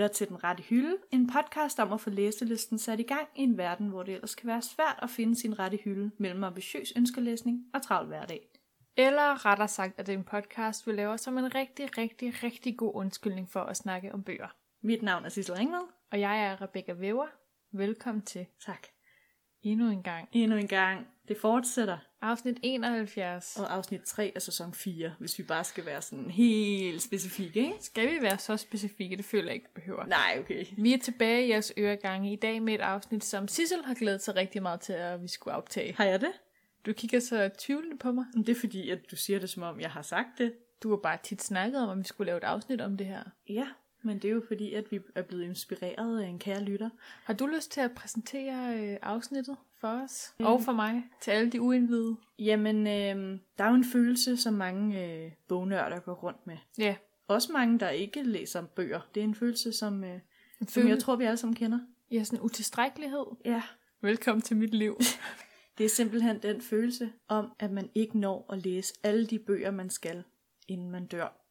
lytter til Den Rette Hylde, en podcast om at få læselisten sat i gang i en verden, hvor det ellers kan være svært at finde sin rette hylde mellem ambitiøs ønskelæsning og travl hverdag. Eller rettere sagt, at det er en podcast, vi laver som en rigtig god undskyldning for at snakke om bøger. Mit navn er Sissel Ringvad. Og jeg er Rebecca Weber. Velkommen til. Tak. Endnu en gang. Det fortsætter. Afsnit 71. Og afsnit 3 af sæson 4, hvis vi bare skal være sådan helt specifikke, ikke? Skal vi være så specifikke? Det føler jeg ikke, vi behøver. Nej, okay. Vi er tilbage i jeres øregange i dag med et afsnit, som Sissel har glædet sig rigtig meget til, at vi skulle optage. Har jeg det? Du kigger så tvivlende på mig. Det er fordi, at du siger det, som om jeg har sagt det. Du har bare tit snakket om, at vi skulle lave et afsnit om det her. Ja, men det er jo fordi, at vi er blevet inspireret af en kære lytter. Har du lyst til at præsentere afsnittet for os? Og for mig? Til alle de uindvidede? Jamen, der er jo en følelse, som mange bognørder går rundt med. Ja. Yeah. Også mange, der ikke læser bøger. Det er en følelse, som jeg tror, vi alle sammen kender. Ja, sådan en utilstrækkelighed. Ja. Velkommen til mit liv. Det er simpelthen den følelse om, at man ikke når at læse alle de bøger, man skal, inden man dør.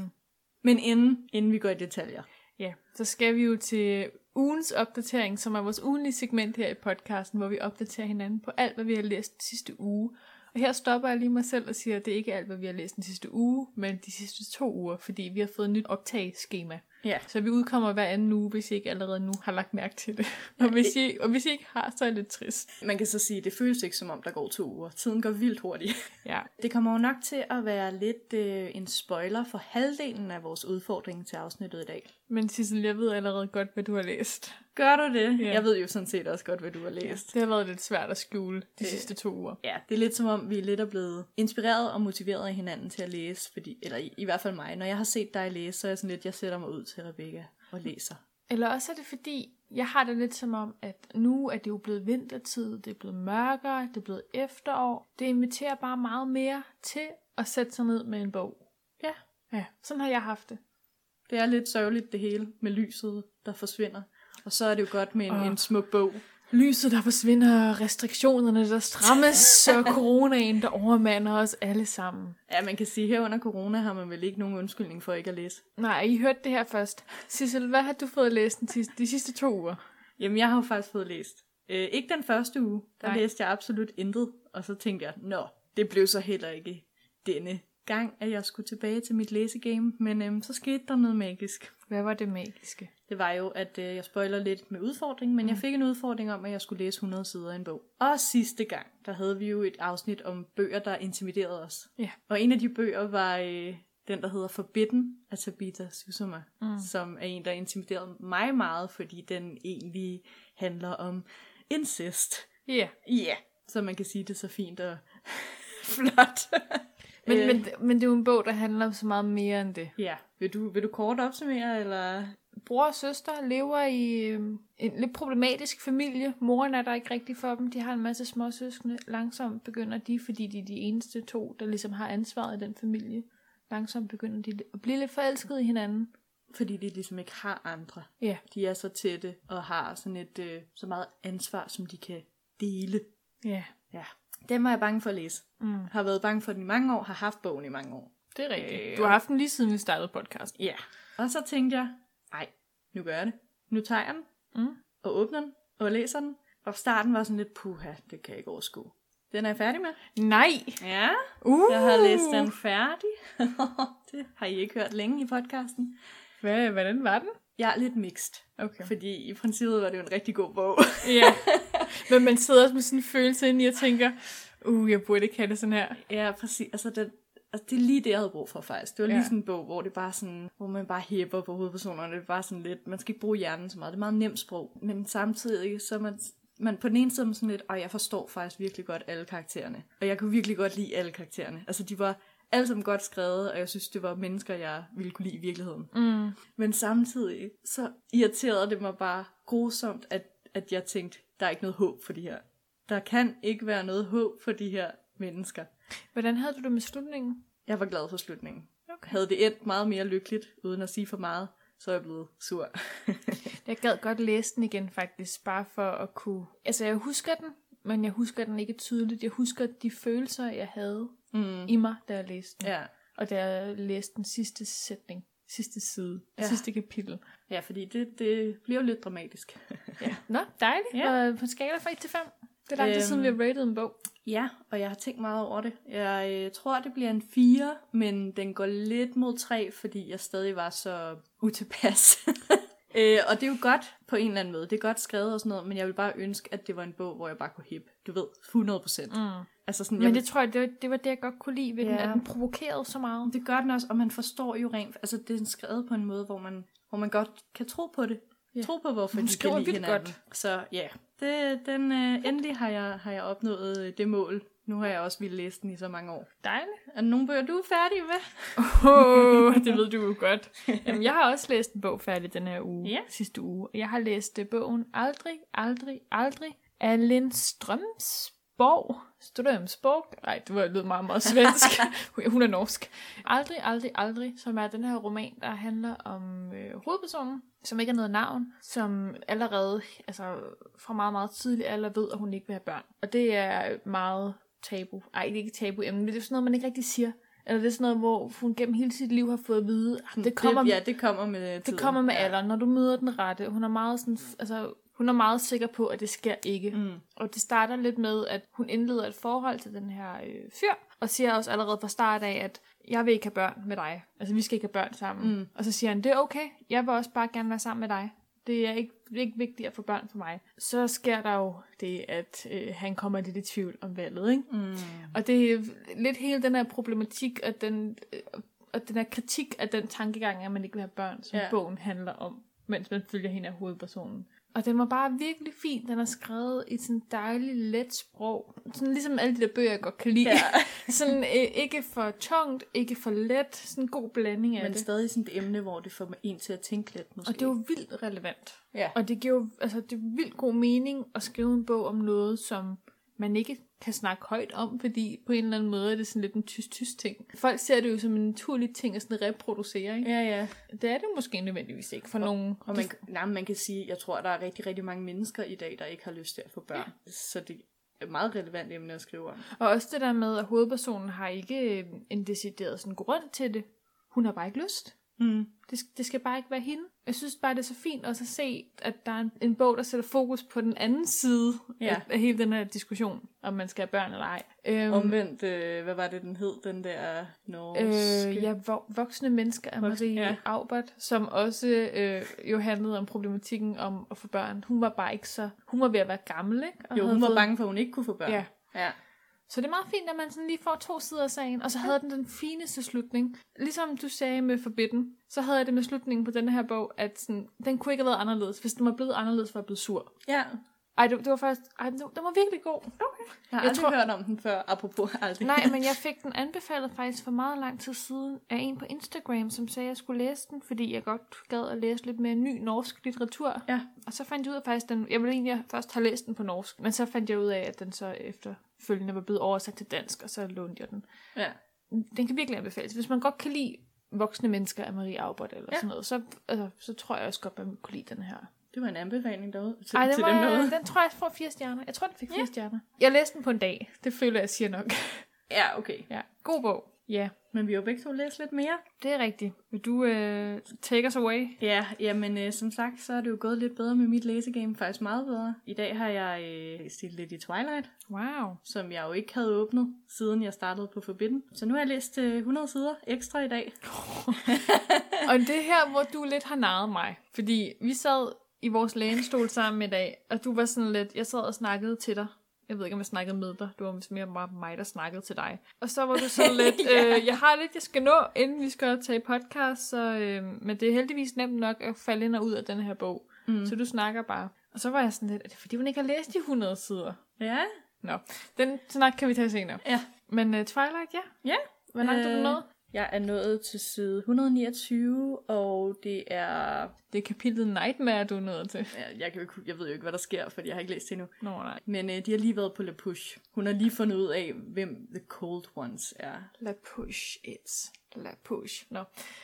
Men inden vi går i detaljer. Ja, så skal vi jo til ugens opdatering, som er vores ugenlige segment her i podcasten, hvor vi opdaterer hinanden på alt, hvad vi har læst den sidste uge. Og her stopper jeg lige mig selv og siger, at det ikke er alt, hvad vi har læst den sidste uge, men de sidste 2 uger, fordi vi har fået et nyt optageskema. Ja. Så vi udkommer hver anden uge, hvis I ikke allerede nu har lagt mærke til det. Og hvis I ikke har, så er det lidt trist. Man kan så sige, at det føles ikke som om, der går 2 uger. Tiden går vildt hurtigt. Ja. Det kommer jo nok til at være lidt en spoiler for halvdelen af vores udfordring til afsnittet i dag. Men Sissel, jeg ved allerede godt, hvad du har læst. Gør du det? Ja. Jeg ved jo sådan set også godt, hvad du har læst. Det har været lidt svært at skjule de sidste 2 uger. Ja, det er lidt som om, vi er lidt blevet inspireret og motiveret af hinanden til at læse. Eller i hvert fald mig. Når jeg har set dig læse, så er jeg sådan lidt, jeg sætter mig ud til Rebecca og læser. Eller også er det fordi, jeg har det lidt som om, at nu er det jo blevet vintertid, det er blevet mørkere, det er blevet efterår. Det inviterer bare meget mere til at sætte sig ned med en bog. Ja. Ja, sådan har jeg haft det. Det er lidt sørgeligt det hele med lyset, der forsvinder. Og så er det jo godt med en smuk bog. Lyset, der forsvinder, restriktionerne, der strammes, og coronaen, der overmander os alle sammen. Ja, man kan sige, at her under corona har man vel ikke nogen undskyldning for ikke at læse. Nej, I hørte det her først. Sissel, hvad har du fået læst de sidste 2 uger? Jamen, jeg har jo faktisk fået læst. Ikke den første uge, der Nej. læste jeg absolut intet. Og så tænkte jeg, det blev så heller ikke denne gang, at jeg skulle tilbage til mit læsegame. Men så skete der noget magisk. Hvad var det magiske? Det var jo, at jeg spoiler lidt med udfordringen, men jeg fik en udfordring om, at jeg skulle læse 100 sider af en bog. Og sidste gang, der havde vi jo et afsnit om bøger, der intimiderede os. Ja. Og en af de bøger var den, der hedder Forbidden af Tabitha Susuma, som er en, der intimiderede mig meget, fordi den egentlig handler om incest. Ja. Yeah. Ja, så man kan sige det så fint og flot. Men det er jo en bog, der handler om så meget mere end det. Ja. Vil du kort opsummere, eller? Bror og søster lever i en lidt problematisk familie. Moren er der ikke rigtig for dem. De har en masse små søskende. Langsomt begynder de, fordi de er de eneste 2, der ligesom har ansvaret i den familie. Langsomt begynder de at blive lidt forelskede i hinanden. Fordi de ligesom ikke har andre. Ja. De er så tætte og har sådan et så meget ansvar, som de kan dele. Ja. Ja. Dem er jeg bange for at læse. Har været bange for den i mange år, har haft bogen i mange år. Det er rigtigt. Du har haft den lige siden vi startede podcasten. Ja. Og så tænkte jeg, nu gør jeg det. Nu tager jeg den, og åbner den, og læser den. Og starten var sådan lidt, puha, det kan jeg ikke overskue. Den er jeg færdig med. Nej! Ja, jeg har læst den færdig. Det har I ikke hørt længe i podcasten. Hvordan var den? Jeg er lidt mixed. Okay. Fordi i princippet var det jo en rigtig god bog. Ja, men man sidder også med sådan en følelse ind i og tænker, jeg burde ikke have det sådan her. Ja, præcis. Altså, det er lige det, jeg havde brug for faktisk. Det var lige sådan en bog, hvor det bare sådan, hvor man bare hæpper på hovedpersonerne. Det er bare sådan lidt, man skal ikke bruge hjernen så meget. Det er meget nemt sprog. Men samtidig, så man på den ene side sådan lidt, jeg forstår faktisk virkelig godt alle karaktererne. Og jeg kunne virkelig godt lide alle karaktererne. Altså, de var alle sammen godt skrevet, og jeg synes, det var mennesker, jeg ville kunne lide i virkeligheden. Men samtidig, så irriterede det mig bare grusomt, at jeg tænkte, der er ikke noget håb for de her. Der kan ikke være noget håb for de her mennesker. Hvordan havde du det med slutningen? Jeg var glad for slutningen. Okay. Havde det endt meget mere lykkeligt, uden at sige for meget, så er jeg blevet sur. Jeg gad godt læse den igen faktisk, bare for at kunne... Altså, jeg husker den, men jeg husker den ikke tydeligt. Jeg husker de følelser, jeg havde i mig, da jeg læste den. Ja. Og da jeg læste den sidste sætning. sidste side, sidste kapitel. Ja, fordi det bliver jo lidt dramatisk. Ja. Nå, dejligt. Ja. Og på en skala fra 1 til 5. Det er lang tid siden, vi har rated en bog. Ja, og jeg har tænkt meget over det. Jeg tror, det bliver en 4, men den går lidt mod 3, fordi jeg stadig var så utilpas. Og det er jo godt på en eller anden måde. Det er godt skrevet og sådan noget, men jeg vil bare ønske, at det var en bog, hvor jeg bare kunne hippe. Du ved, 100%. Altså sådan, men det tror jeg, det var det, jeg godt kunne lide ved den, at den provokerede så meget. Det gør den også, og man forstår jo rent, altså det er skrevet på en måde, hvor man godt kan tro på det. Ja. Tro på, hvorfor de kan lide hinanden. Godt. Så ja, endelig har jeg opnået det mål. Nu har jeg også ville læse den i så mange år. Dejligt. Er der nogle bøger, du er færdig med? Det ved du jo godt. Jamen, jeg har også læst en bog færdig den her uge, sidste uge. Jeg har læst bogen Aldrig af Linn Strømsborg. Nej, det lød meget, meget svensk. Hun er norsk. Aldrig, som er den her roman, der handler om hovedpersonen, som ikke har noget navn, som allerede, altså fra meget, meget tidlig alder ved, at hun ikke vil have børn. Og det er meget tabu. Ej, det er ikke tabu emne, men det er sådan noget, man ikke rigtig siger. Eller det er sådan noget, hvor hun gennem hele sit liv har fået at vide, det kommer med tiden. Det kommer med alderen, når du møder den rette. Hun er meget sådan, altså hun er meget sikker på, at det sker ikke. Og det starter lidt med, at hun indleder et forhold til den her fyr, og siger også allerede fra start af, at jeg vil ikke have børn med dig. Altså, vi skal ikke have børn sammen. Og så siger han, det er okay, jeg vil også bare gerne være sammen med dig. Det er ikke vigtigt at få børn for mig. Så sker der jo det, at han kommer lidt i tvivl om valget, ikke? Og det er lidt hele den her problematik, og den her kritik af den tankegang, at man ikke vil have børn, som bogen handler om, mens man følger hende af hovedpersonen. Og den var bare virkelig fin. Den er skrevet i sådan dejligt let sprog. Sådan ligesom alle de der bøger, jeg godt kan lide. Ja. Sådan ikke for tungt, ikke for let. Sådan en god blanding af det. Men stadig sådan et emne, hvor det får en til at tænke lidt måske. Og det er jo vildt relevant. Ja. Og det giver jo, altså det er vildt god mening at skrive en bog om noget, som man ikke kan snakke højt om, fordi på en eller anden måde er det sådan lidt en tysk ting. Folk ser det jo som en naturlig ting at sådan reproducere, ikke? Ja. Det er det måske nødvendigvis ikke for nogen. Og man kan sige, jeg tror, der er rigtig, rigtig mange mennesker i dag, der ikke har lyst til at få børn. Ja. Så det er et meget relevant emne at skrive om. Og også det der med, at hovedpersonen har ikke en decideret sådan grund til det. Hun har bare ikke lyst. Det skal bare ikke være hende. Jeg synes bare, det er så fint også at se, at der er en bog, der sætter fokus på den anden side af hele den her diskussion, om man skal have børn eller ej. Omvendt, hvad var det, den hed? Den der norske... Voksne mennesker af Marie Aubert, som også jo handlede om problematikken om at få børn. Hun var bare ikke så... Hun var ved at være gammel, ikke? Og hun var bange for, at hun ikke kunne få børn. Ja. Så det er meget fint, at man sådan lige får 2 sider af sagen, og så havde den fineste slutning. Ligesom du sagde med Forbidden, så havde jeg det med slutningen på denne her bog, at sådan, den kunne ikke have været anderledes. Hvis den var blevet anderledes, var jeg blevet sur. Ja. Ej, det var faktisk... den var virkelig god. Okay. Jeg har aldrig hørt om den før, apropos aldrig. Nej, men jeg fik den anbefalet faktisk for meget lang tid siden af en på Instagram, som sagde, at jeg skulle læse den, fordi jeg godt gad at læse lidt mere ny norsk litteratur. Ja. Og så fandt jeg ud af faktisk, jeg ville egentlig først have læst den på norsk, men så fandt jeg ud af, at den så efterfølgende var blevet oversat til dansk, og så lånte jeg den. Ja. Den kan virkelig anbefales. Hvis man godt kan lide voksne mennesker af Marie Aubert eller sådan noget, så tror jeg også godt, at man kunne lide den her. Det var en anbefaling derude til den noget. Den tror jeg får 4 stjerner. Jeg tror, den fik 4 stjerner. Jeg læste den på en dag. Det føler jeg siger nok. Ja, okay. Ja. God bog. Ja. Men vi har jo begge to læst lidt mere. Det er rigtigt. Vil du take us away? Ja, men som sagt, så er det jo gået lidt bedre med mit læsegame. Faktisk meget bedre. I dag har jeg læst lidt i Twilight. Wow. Som jeg jo ikke havde åbnet, siden jeg startede på Forbidden. Så nu har jeg læst 100 sider ekstra i dag. Og det her, hvor du lidt har narret mig. Fordi vi sad i vores lænestol sammen i dag, og du var sådan lidt, jeg sad og snakkede til dig. Jeg ved ikke, om jeg snakkede med dig. Du var mere bare mig, der snakkede til dig. Og så var du sådan lidt, jeg har lidt, jeg skal nå, inden vi skal tage podcast. Så, men det er heldigvis nemt nok at falde ind og ud af den her bog. Så du snakker bare. Og så var jeg sådan lidt, er det fordi hun ikke har læst de 100 sider? Ja. Nå, den snak kan vi tage senere. Ja. Men Twilight, ja. Ja. Hvor langt er du nået? Jeg er nået til side 129, og det er... Det er kapitlet Nightmare, du er nået til. Ja, jeg ved jo ikke, hvad der sker, fordi jeg har ikke læst det endnu. Nå, nej. Men de har lige været på La Push. Hun har lige fundet ud af, hvem The Cold Ones er. La Push, it's La Push. Nå.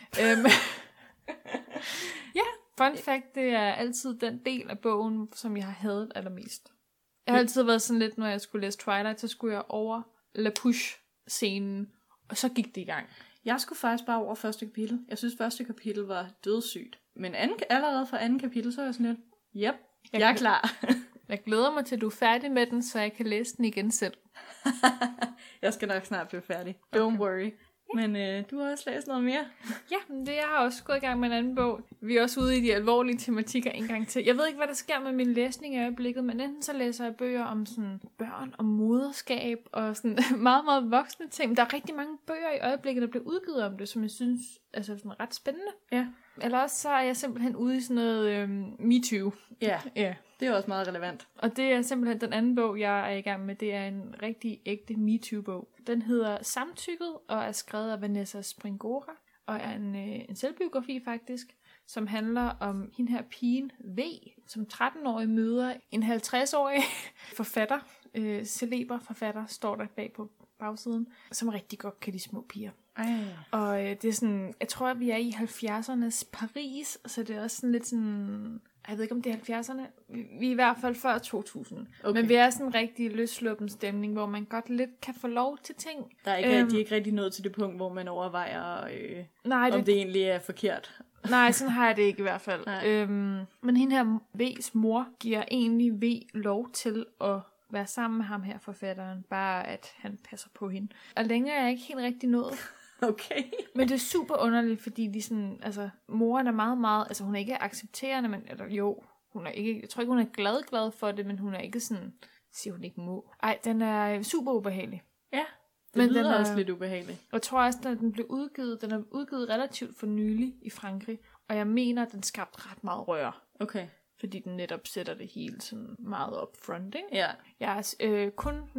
Ja, fun fact, det er altid den del af bogen, som jeg har hadet allermest. Jeg har altid været sådan lidt, når jeg skulle læse Twilight, så skulle jeg over La Push-scenen, og så gik det i gang. Jeg skulle faktisk bare over første kapitel. Jeg synes, første kapitel var dødssygt. Men allerede fra anden kapitel, så er jeg sådan lidt, yep, jeg er klar. Jeg glæder mig til, at du er færdig med den, så jeg kan læse den igen selv. Jeg skal nok snart blive færdig. Don't worry. Men du har også læst noget mere. Ja, men jeg har også gået i gang med en anden bog. Vi er også ude i de alvorlige tematikker en gang til. Jeg ved ikke, hvad der sker med min læsning i øjeblikket, men enten så læser jeg bøger om sådan børn og moderskab og sådan meget, meget voksne ting. Men der er rigtig mange bøger i øjeblikket, der bliver udgivet om det, som jeg synes altså sådan ret spændende. Ja. Eller også så er jeg simpelthen ude i sådan noget MeToo. Ja, Ja. det er også meget relevant. Og det er simpelthen den anden bog, jeg er i gang med. Det er en rigtig ægte MeToo-bog. Den hedder Samtykket og er skrevet af Vanessa Springora. Og er en selvbiografi faktisk, som handler om hende her pigen V, som 13-årig møder en 50-årig forfatter. Celeber forfatter står der bag på bagsiden, som rigtig godt kan de små piger. Og det er sådan, jeg tror, at vi er i 70'ernes Paris, så det er også sådan lidt sådan, jeg ved ikke, om det er 70'erne. Vi er i hvert fald før 2000. Okay. Men vi er sådan en rigtig løssluppen stemning, hvor man godt lidt kan få lov til ting. Der er ikke, de er ikke rigtig nået til det punkt, hvor man overvejer, om det egentlig er forkert. Nej, sådan har jeg det ikke i hvert fald. Men hende her V's mor giver egentlig V lov til at være sammen med ham her forfatteren, bare at han passer på hende. Og længere er jeg ikke helt rigtig nået. Okay. Men det er super underligt, fordi de sådan, altså, moren er meget, meget, altså hun er ikke accepterende, men, eller jo, hun er ikke, jeg tror ikke, hun er glad for det, men hun er ikke sådan, siger hun ikke må. Ej, den er super ubehagelig. Ja, det lyder også lidt ubehageligt. Og jeg tror også, at den blev udgivet, den er udgivet relativt for nylig i Frankrig, og jeg mener, at den skabte ret meget røre. Okay. Fordi den netop sætter det hele sådan meget upfront, ikke? Ja. Jeg har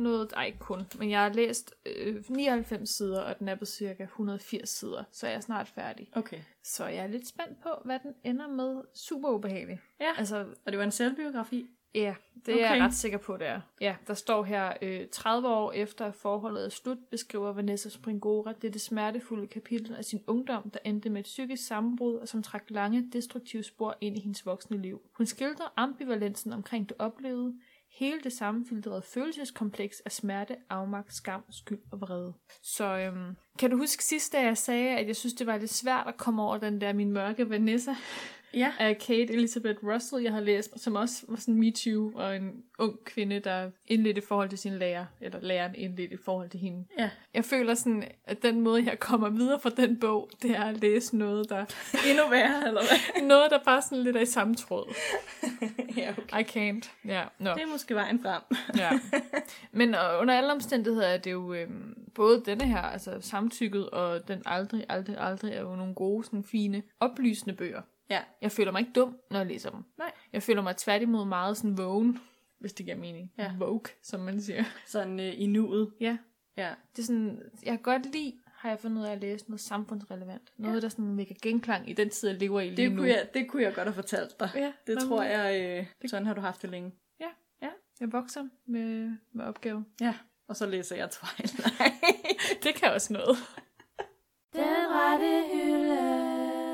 men jeg har læst 99 sider, og den er på cirka 180 sider, så jeg er snart færdig. Okay. Så jeg er lidt spændt på, hvad den ender med. Super ubehagelig. Ja, altså, og det var en selvbiografi? Ja, det er jeg ret sikker på, det er. Ja, der står her, 30 år efter at forholdet er slut, beskriver Vanessa Springora det smertefulde kapitel af sin ungdom, der endte med et psykisk sammenbrud, og som trak lange, destruktive spor ind i hendes voksne liv. Hun skildrer ambivalensen omkring det oplevede, hele det sammenfiltrerede følelseskompleks af smerte, afmagt, skam, skyld og vrede. Så kan du huske sidst, da jeg sagde, at jeg synes, det var lidt svært at komme over den der min mørke Vanessa? Ja. Af Kate Elizabeth Russell, jeg har læst, som også var sådan MeToo, og en ung kvinde, der indledte i forhold til sin lærer, eller læreren indledte i forhold til hende. Ja. Jeg føler sådan, at den måde, jeg kommer videre fra den bog, det er at læse noget, der endnu værre, eller hvad? Noget, der bare sådan lidt er i samme tråd. Ja, okay. I can't. Ja, no. Det er måske vejen frem. Ja. Men under alle omstændigheder er det jo både denne her, altså Samtykket, og den aldrig er jo nogle gode, sådan fine, oplysende bøger. Ja. Jeg føler mig ikke dum, når jeg læser dem. Nej. Jeg føler mig tværtimod meget sådan vågen, hvis det giver mening. Ja. Woke, som man siger. Sådan i nuet. Ja. Ja. Det er sådan, jeg kan godt lide, har jeg fundet ud af at læse noget samfundsrelevant. Noget, der sådan vækker genklang i den tid, jeg lever i lige nu. Det kunne jeg godt have fortalt dig. Ja, det tror jeg, sådan har du haft det længe. Ja. Ja. Jeg vokser med opgaven. Ja. Og så læser jeg Twilight. Det kan også noget. Den rette hylde.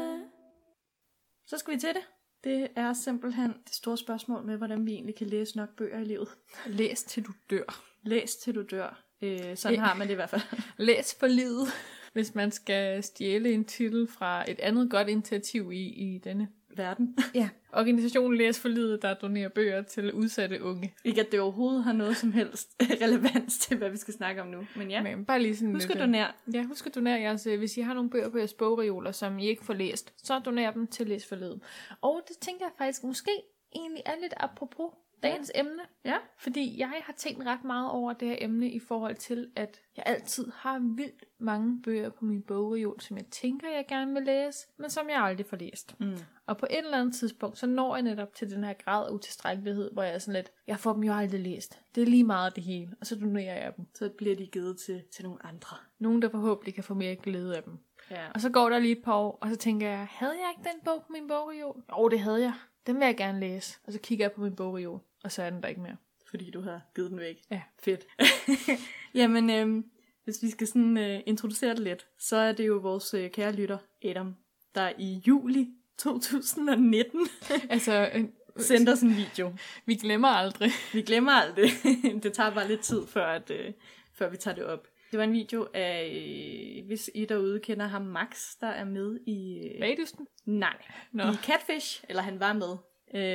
Så skal vi til det. Det er simpelthen det store spørgsmål med, hvordan vi egentlig kan læse nok bøger i livet. Læs til du dør. Læs til du dør. Sådan har man det i hvert fald. Læs for livet, hvis man skal stjæle en titel fra et andet godt initiativ i denne verden. Ja. Organisationen Læs for livet, der donerer bøger til udsatte unge. Ikke at det overhovedet har noget som helst relevans til, hvad vi skal snakke om nu. Men ja, men bare lige sådan husk at donere. Ja, husk at donere jeres, hvis I har nogle bøger på jeres bogreoler, som I ikke får læst, så doner dem til Læs for livet. Og det tænker jeg faktisk måske egentlig er lidt apropos dagens emne. Ja. Fordi jeg har tænkt ret meget over det her emne i forhold til, at jeg altid har vildt mange bøger på min bogreol, som jeg tænker, jeg gerne vil læse, men som jeg aldrig får læst. Mm. Og på et eller andet tidspunkt, så når jeg netop til den her grad af utilstrækkelighed, hvor jeg er sådan lidt, jeg får dem jo aldrig læst. Det er lige meget det hele, og så donerer jeg dem. Så bliver de givet til nogle andre. Nogen, der forhåbentlig kan få mere glæde af dem. Ja. Og så går der lige et par år, og så tænker jeg, havde jeg ikke den bog på min bogreol? Jo, det havde jeg. Den vil jeg gerne læse. Og så kigger jeg på min bogreol, og så er den der ikke mere. Fordi du har givet den væk. Ja. Fedt. Jamen, hvis vi skal sådan introducere det lidt, så er det jo vores kære lytter, Adam, der i juli 2019 sendte os en video. Vi glemmer aldrig. Det tager bare lidt tid, før vi tager det op. Det var en video af, hvis I derude kender ham, Max, der er med i... Bagdysten? Nej, i Catfish, eller han var med.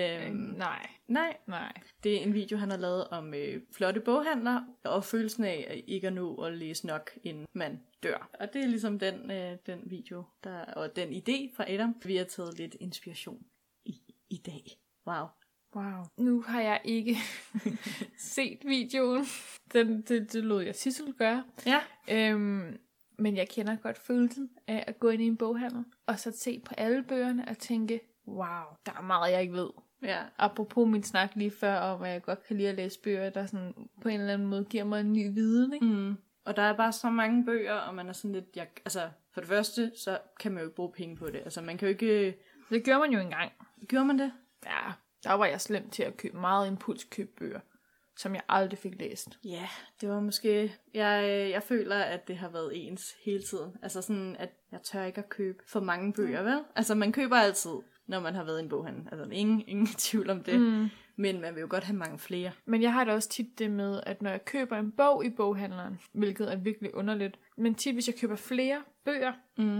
Nej. Det er en video, han har lavet om flotte boghandler, og følelsen af ikke at nå at læse nok, inden man dør. Og det er ligesom den video, og den idé fra Adam, vi har taget lidt inspiration i dag. Wow. Nu har jeg ikke set videoen. Det lod jeg Sissel gøre. Ja. Men jeg kender godt følelsen af at gå ind i en boghandel, og så se på alle bøgerne og tænke, wow, der er meget, jeg ikke ved. Ja. Apropos min snak lige før om, at jeg godt kan lide at læse bøger, der sådan på en eller anden måde giver mig en ny viden, ikke? Mm. Og der er bare så mange bøger, og man er sådan lidt... for det første, så kan man jo ikke bruge penge på det. Altså, man kan jo ikke... Det gør man jo engang. Gjorde man det? Ja, der var jeg slem til at købe meget impulskøb bøger, som jeg aldrig fik læst. Ja, det var måske... Jeg føler, at det har været ens hele tiden. Altså sådan, at jeg tør ikke at købe for mange bøger, vel? Altså, man køber altid, når man har været i en boghandel. Altså, ingen tvivl om det. Mm. Men man vil jo godt have mange flere. Men jeg har da også tit det med, at når jeg køber en bog i boghandleren, hvilket er virkelig underligt, men tit hvis jeg køber flere bøger,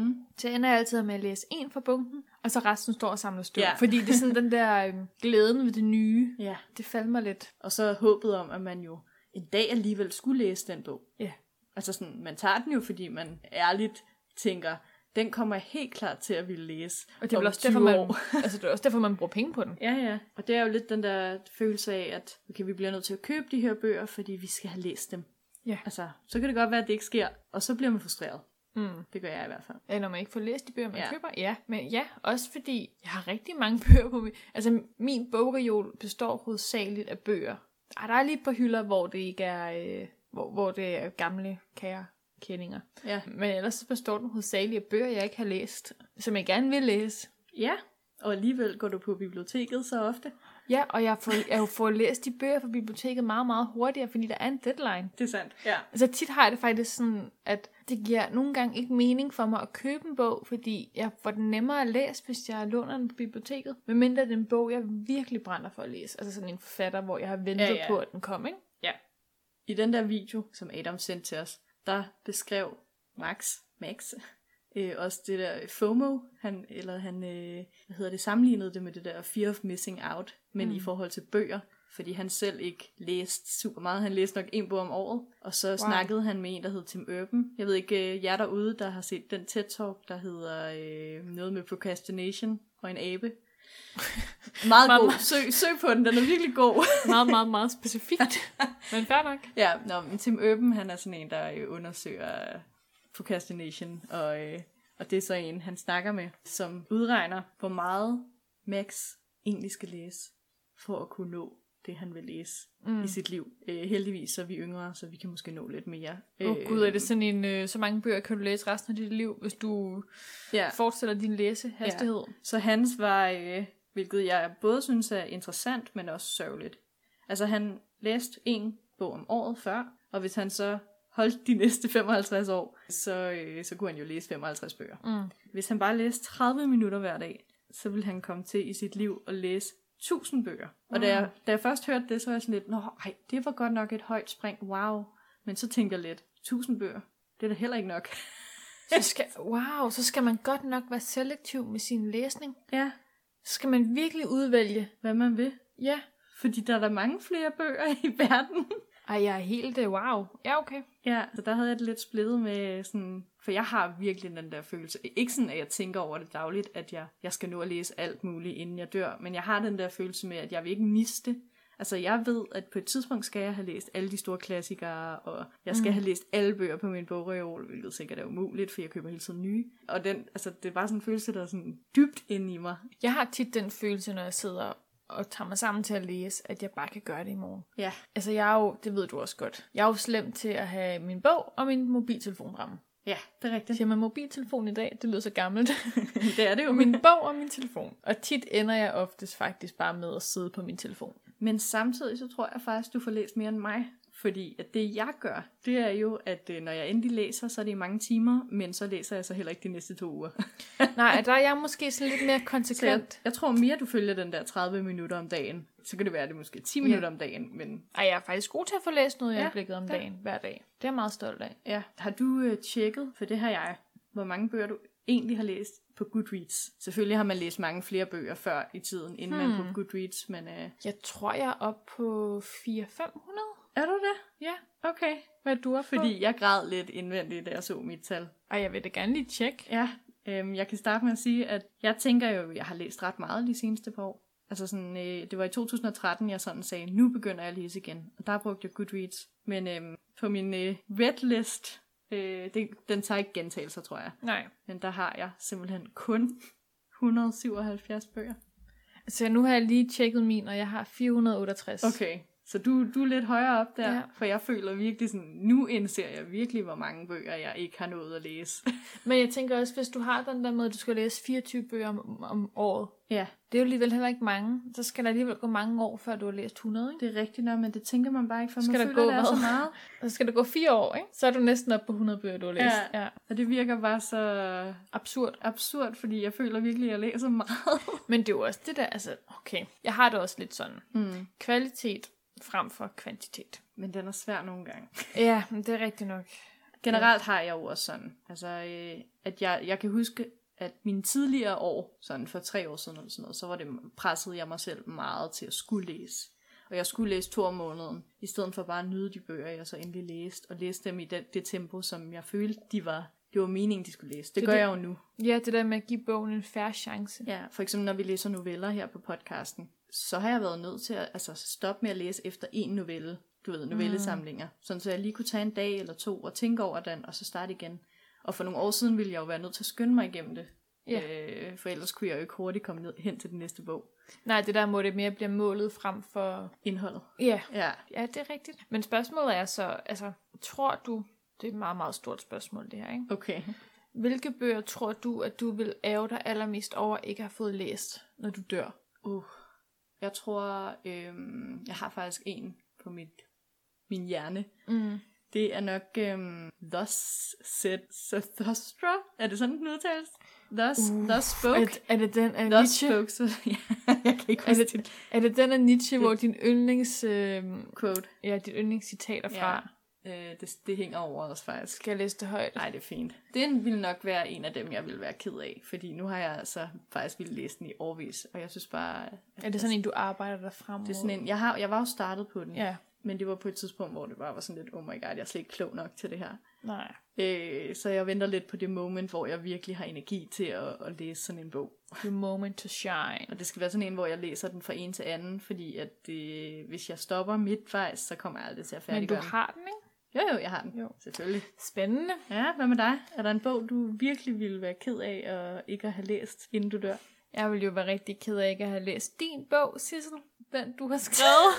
så ender jeg altid med at læse en fra bunken, og så resten står og samler støv. Ja. Fordi det er sådan den der glæden ved det nye. Ja. Det falder mig lidt. Og så håbet om, at man jo en dag alligevel skulle læse den bog. Ja. Altså sådan, man tager den jo, fordi man ærligt tænker, den kommer helt klart til at ville læse. Og det er vel også derfor, det er også derfor, man bruger penge på den. Ja. Og det er jo lidt den der følelse af, at okay, vi bliver nødt til at købe de her bøger, fordi vi skal have læst dem. Ja. Altså, så kan det godt være, at det ikke sker, og så bliver man frustreret. Det gør jeg i hvert fald. Ja, når man ikke får læst de bøger, man køber. Ja, men ja, også fordi jeg har rigtig mange bøger på altså min bogreol består hovedsageligt af bøger. Der er lige et par hylder, hvor det ikke er, hvor det er gamle kendinger. Ja. Men ellers består den hovedsageligt af bøger, jeg ikke har læst, som jeg gerne vil læse. Ja, og alligevel går du på biblioteket så ofte. Ja, og jeg får læst de bøger fra biblioteket meget, meget hurtigere, fordi der er en deadline. Det er sandt, ja. Altså tit har jeg det faktisk sådan, at det giver nogle gange ikke mening for mig at købe en bog, fordi jeg får den nemmere at læse, hvis jeg låner den på biblioteket. Medmindre det er en bog, jeg virkelig brænder for at læse. Altså sådan en forfatter, hvor jeg har ventet på, at den kom, ikke? Ja. I den der video, som Adam sendte til os, der beskrev Max også det der FOMO, han sammenlignede det med det der fear of missing out, men i forhold til bøger, fordi han selv ikke læste super meget. Han læste nok en bog om året, og så snakkede han med en, der hed Tim Urban. Jeg ved ikke, jer derude, der har set den TED-talk, der hedder noget med procrastination og en abe. Meget god. Søg på den er virkelig god. meget specifikt. Men fair nok. Ja, men Tim Urban, han er sådan en, der undersøger procrastination, og det er så en, han snakker med, som udregner, hvor meget Max egentlig skal læse, for at kunne nå det, han vil læse i sit liv. Heldigvis så er vi yngre, så vi kan måske nå lidt mere. Gud, er det sådan en, så mange bøger kan du læse resten af dit liv, hvis du fortsætter din læsehastighed? Ja. Så hans var, hvilket jeg både synes er interessant, men også sørgeligt. Altså han læste en bog om året før, og hvis han så holdt de næste 55 år, så kunne han jo læse 55 bøger. Hvis han bare læste 30 minutter hver dag, så ville han komme til i sit liv at læse 1000 bøger. Og da jeg først hørte det, så var jeg sådan lidt, det var godt nok et højt spring, wow. Men så tænkte jeg lidt, 1000 bøger, det er da heller ikke nok. Så skal man godt nok være selektiv med sin læsning. Ja. Så skal man virkelig udvælge, hvad man vil. Ja. Fordi der er der mange flere bøger i verden. Ej, jeg er helt wow. Ja, okay. Ja, så der havde jeg det lidt splittet med sådan, for jeg har virkelig den der følelse. Ikke sådan, at jeg tænker over det dagligt, at jeg skal nå at læse alt muligt, inden jeg dør. Men jeg har den der følelse med, at jeg vil ikke miste det. Altså, jeg ved, at på et tidspunkt skal jeg have læst alle de store klassikere, og jeg skal have læst alle bøger på min bogreol, hvilket sikkert er umuligt, for jeg køber hele tiden nye. Og det er bare sådan en følelse, der er sådan dybt inde i mig. Jeg har tit den følelse, når jeg sidder og tager mig sammen til at læse, at jeg bare kan gøre det i morgen. Ja. Altså, jeg er jo, det ved du også godt, jeg er jo slem til at have min bog og min mobiltelefon fremme. Ja, det er rigtigt. Siger man mobiltelefon i dag, det lyder så gammelt. Det er det jo. Min bog og min telefon. Og tit ender jeg oftest faktisk bare med at sidde på min telefon. Men samtidig så tror jeg faktisk, du får læst mere end mig. Fordi at det jeg gør, det er jo, at når jeg endelig læser, så er det i mange timer, men så læser jeg så heller ikke de næste 2 uger. Nej, der er jeg måske sådan lidt mere konsekvent. Jeg tror mere, du følger den der 30 minutter om dagen så kan det være, det måske 10 minutter om dagen, men... Ej, jeg er faktisk god til at få læst noget i øjeblikket om dagen, hver dag. Det er jeg meget stolt af. Ja. Har du tjekket, for det har jeg, hvor mange bøger du egentlig har læst på Goodreads? Selvfølgelig har man læst mange flere bøger før i tiden, inden man på Goodreads, men... Jeg tror, jeg er oppe på 400-500. Er du det? Ja. Okay. Hvad er du oppe på? Fordi jeg græd lidt indvendigt, da jeg så mit tal. Ej, jeg vil da gerne lige tjekke. Ja, jeg kan starte med at sige, at jeg tænker jo, at jeg har læst ret meget de seneste par år. Altså sådan, det var i 2013, jeg sådan sagde, nu begynder jeg at læse igen. Og der brugte jeg Goodreads. Men på min redlist, den tager ikke gentagelser, tror jeg. Nej. Men der har jeg simpelthen kun 177 bøger. Så nu har jeg lige tjekket min, og jeg har 468. Okay, så du er lidt højere op der, Ja. for jeg føler virkelig sådan, nu indser jeg virkelig, hvor mange bøger jeg ikke har nået at læse. Men jeg tænker også, hvis du har den der med, at du skal læse 24 bøger om året, Ja, det er jo alligevel heller ikke mange. Så skal der alligevel gå mange år, før du har læst 100, ikke? det er rigtigt nok, men det tænker man bare ikke, for Skal man der føler, gå det er hvad? så meget. Så skal der gå 4 år, ikke? Så er du næsten oppe på 100 bøger, du har læst. Ja. Og det virker bare så Absurd. fordi jeg føler virkelig, at jeg læser meget. Men det er jo også det der, altså, okay. Jeg har det også lidt sådan. Kvalitet frem for kvantitet. Men den er svær nogle gange. Ja, men det er rigtigt nok. Generelt har jeg jo også sådan, altså, at jeg kan huske, at mine tidligere år, sådan for 3 år siden eller sådan noget, så var det pressede jeg mig selv meget til at skulle læse. Og jeg skulle læse 2 om måneden, i stedet for bare at nyde de bøger, jeg så endelig læste, og læse dem i det tempo, som jeg følte, det var meningen, de skulle læse. Det gør jeg jo nu. Ja, det der med at give bogen en fair chance. Ja, for eksempel når vi læser noveller her på podcasten, så har jeg været nødt til at stoppe med at læse efter en novelle, du ved, novellesamlinger, sådan så jeg lige kunne tage en dag eller 2 og tænke over den, og så starte igen. Og for nogle år siden ville jeg jo være nødt til at skynde mig igennem det, for ellers kunne jeg jo ikke hurtigt komme hen til den næste bog. Nej, det der må det mere blive målet frem for Indholdet. Ja, Ja. det er rigtigt. Men spørgsmålet er så, altså, tror du, det er et meget, meget stort spørgsmål det her, ikke? Okay. Hvilke bøger tror du, at du vil ærge dig allermest over, ikke have fået læst, når du dør? Jeg tror, jeg har faktisk en på min hjerne. Det er nok Thus Said Zarathustra. Er det sådan, den udtales? Thus Spoke. Er det den af Thus Nietzsche? Spoke. Jeg kan ikke huske det. Er det den af Nietzsche, hvor din yndlings... Quote. Ja, dit yndlingscitat er fra? Det hænger over os faktisk. Skal jeg læse det højt? Nej, det er fint. Den ville nok være en af dem, jeg ville være ked af. Fordi nu har jeg altså faktisk ville læse den i årevis. Og jeg synes bare... Er det sådan en, du arbejder dig frem mod? Det er sådan en... Jeg var jo startet på den. Ja. Men det var på et tidspunkt, hvor det bare var sådan lidt, oh my god, jeg er slet ikke klog nok til det her. Nej. Så jeg venter lidt på det moment, hvor jeg virkelig har energi til at læse sådan en bog. The moment to shine. Og det skal være sådan en, hvor jeg læser den fra en til anden, fordi at hvis jeg stopper midtvejs, så kommer jeg aldrig til at færdiggøre den. Men du har den, ikke? Jo, jeg har den. Jo. Selvfølgelig. Spændende. Ja, hvad med dig? Er der en bog, du virkelig ville være ked af at ikke at have læst, inden du dør? Jeg ville jo være rigtig ked af ikke at have læst din bog, Sissel. Den, du har skrevet.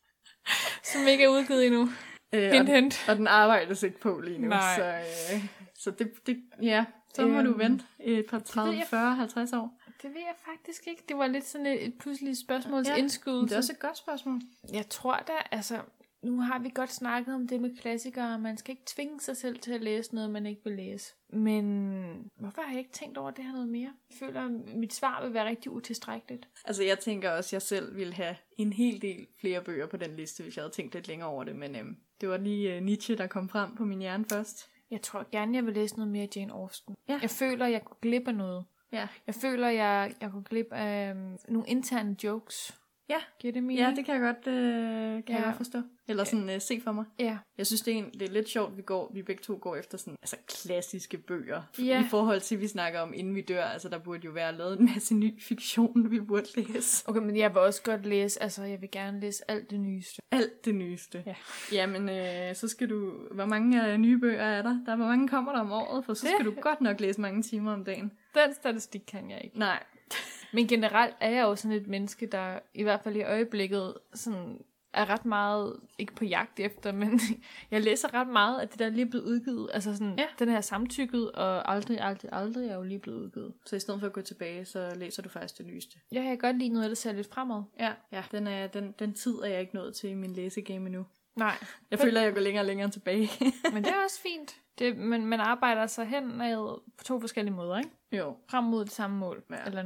Som ikke er udgivet endnu. Hint. Og den arbejdes ikke på lige nu. Nej. Så det ja, så må du vente et par 30, 40, 50 år. Det ved jeg faktisk ikke. Det var lidt sådan et pludseligt spørgsmåls indskydelse. Det er også et godt spørgsmål. Jeg tror da, altså, nu har vi godt snakket om det med klassikere. Man skal ikke tvinge sig selv til at læse noget, man ikke vil læse. Men hvorfor har jeg ikke tænkt over det her noget mere? Jeg føler, at mit svar vil være rigtig utilstrækkeligt. Altså, jeg tænker også, at jeg selv ville have en hel del flere bøger på den liste, hvis jeg havde tænkt lidt længere over det. Men det var lige Nietzsche, der kom frem på min hjerne først. Jeg tror gerne, jeg vil læse noget mere Jane Austen. Ja. Jeg føler, jeg kunne glip af noget. Ja. Jeg føler, jeg kunne glip af nogle interne jokes. Ja. Giver det mening? Ja, det kan jeg godt forstå. Eller sådan se for mig. Ja. Jeg synes, det er lidt sjovt, vi begge to går efter sådan, altså klassiske bøger. Ja. I forhold til, vi snakker om, inden vi dør. Altså, der burde jo være lavet en masse ny fiktion, vi burde læse. Okay, men jeg vil også godt læse, altså jeg vil gerne læse alt det nyeste. Alt det nyeste. Ja. Jamen, så skal du... Hvor mange nye bøger er der? Hvor mange kommer der om året? For så skal du godt nok læse mange timer om dagen. Den statistik kan jeg ikke. Nej. Men generelt er jeg jo sådan et menneske, der i hvert fald i øjeblikket sådan er ret meget, ikke på jagt efter, men jeg læser ret meget af det, der er lige blevet udgivet. Altså sådan, den her Samtykket og aldrig er jo lige blevet udgivet. Så i stedet for at gå tilbage, så læser du faktisk det nyeste. Jeg kan godt lide noget, der ser lidt fremad. Ja, den tid er jeg ikke nået til i min læsegame endnu. Nej. Jeg føler, at jeg går længere og længere tilbage. Men det er også fint. Man arbejder sig hen på 2 forskellige måder, ikke? Jo. Frem mod det samme mål, eller noget.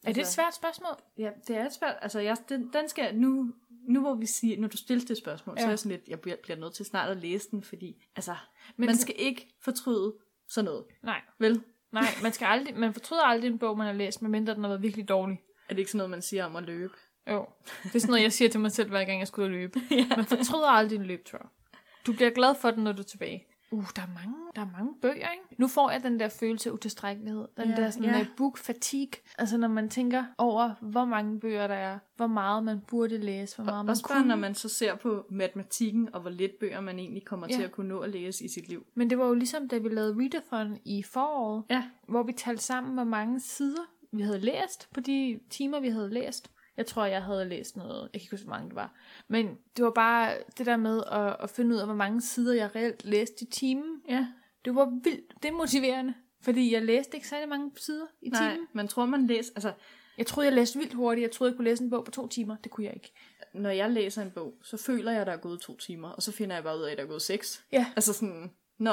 Er det et svært spørgsmål? Ja, det er et svært. Altså, den skal nu hvor vi siger, når du stiller det spørgsmål, så er jeg sådan lidt, jeg bliver nødt til snart at læse den, fordi man skal ikke fortryde sådan noget. Nej. Vel? Nej, man fortryder aldrig en bog, man har læst, medmindre den har været virkelig dårlig. Er det ikke sådan noget, man siger om at løbe? Jo, det er sådan noget, jeg siger til mig selv, hver gang jeg skal ud og løbe. Man fortryder aldrig en løbetur. Du bliver glad for den, når du er tilbage. Der er mange bøger, ikke? Nu får jeg den der følelse af utilstrækkelighed. Den der sådan book fatigue. Altså når man tænker over, hvor mange bøger der er, hvor meget man burde læse, hvor meget man kunne. Når man så ser på matematikken, og hvor lidt bøger man egentlig kommer til at kunne nå at læse i sit liv. Men det var jo ligesom, da vi lavede readathon i foråret, hvor vi talte sammen, hvor mange sider vi havde læst på de timer, vi havde læst. Jeg tror, jeg havde læst noget. Jeg kan ikke huske, hvor mange det var. Men det var bare det der med at finde ud af, hvor mange sider jeg reelt læste i timen. Ja. Det var vildt demotiverende. Fordi jeg læste ikke særlig mange sider i timen. Nej, man tror, man læser... Altså, jeg troede, jeg læste vildt hurtigt. Jeg troede, jeg kunne læse en bog på 2 timer. Det kunne jeg ikke. Når jeg læser en bog, så føler jeg, at der er gået 2 timer. Og så finder jeg bare ud af, at der er gået 6. Ja. Altså sådan,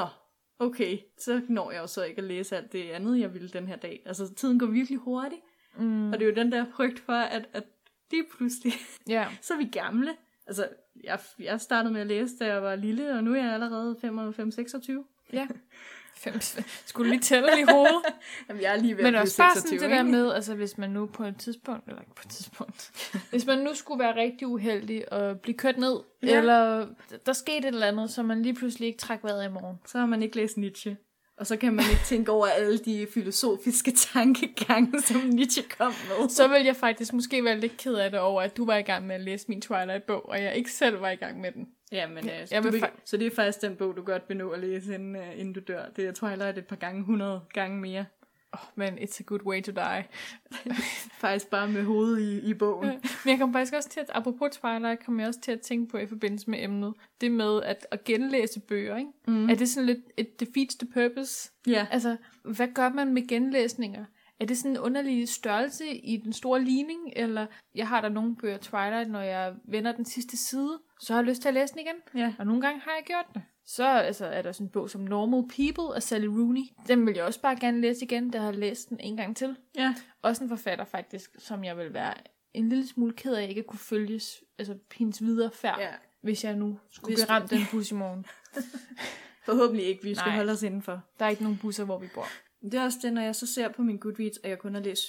okay, så når jeg jo så ikke at læse alt det andet, jeg ville den her dag. Altså, tiden går virkelig hurtigt. Og det er jo den der frygt for, at lige pludselig, så er vi gamle. Altså, jeg startede med at læse, da jeg var lille, og nu er jeg allerede 25-26. Ja. Skulle lige tælle i hovedet. Jamen, jeg er lige ved men at blive 26. Men også det der med, altså hvis man nu på et tidspunkt, eller ikke på et tidspunkt, hvis man nu skulle være rigtig uheldig og blive kørt ned, eller der skete et eller andet, så man lige pludselig ikke træk vejret i morgen. Så har man ikke læst Nietzsche. Og så kan man ikke tænke over alle de filosofiske tankegange, som Nietzsche kom med. Så vil jeg faktisk måske være lidt ked af det over, at du var i gang med at læse min Twilight-bog, og jeg ikke selv var i gang med den. Ja, men så det er faktisk den bog, du godt vil nå at læse, inden du dør. Det er Twilight et par gange, 100 gange mere. Men it's a good way to die. Faktisk bare med hovedet i bogen. Men jeg kom faktisk også til at, apropos Twilight, kom jeg også til at tænke på i forbindelse med emnet, det med at genlæse bøger, ikke? Er det sådan lidt et defeats the purpose? Ja. Altså, hvad gør man med genlæsninger? Er det sådan en underlig størrelse i den store ligning, eller jeg har der nogle bøger Twilight, når jeg vender den sidste side, så har jeg lyst til at læse den igen. Ja. Og nogle gange har jeg gjort det. Så er der sådan en bog som Normal People af Sally Rooney. Den vil jeg også bare gerne læse igen, da jeg har læst den en gang til. Ja. Også en forfatter faktisk, som jeg vil være en lille smule ked af, ikke at kunne følges, altså hendes videre færd, hvis jeg nu skulle blive ramt den bus i morgen. Forhåbentlig ikke, vi skal holde os indenfor. Der er ikke nogen busser, hvor vi bor. Det er også det, når jeg så ser på min Goodreads, at jeg kun har læst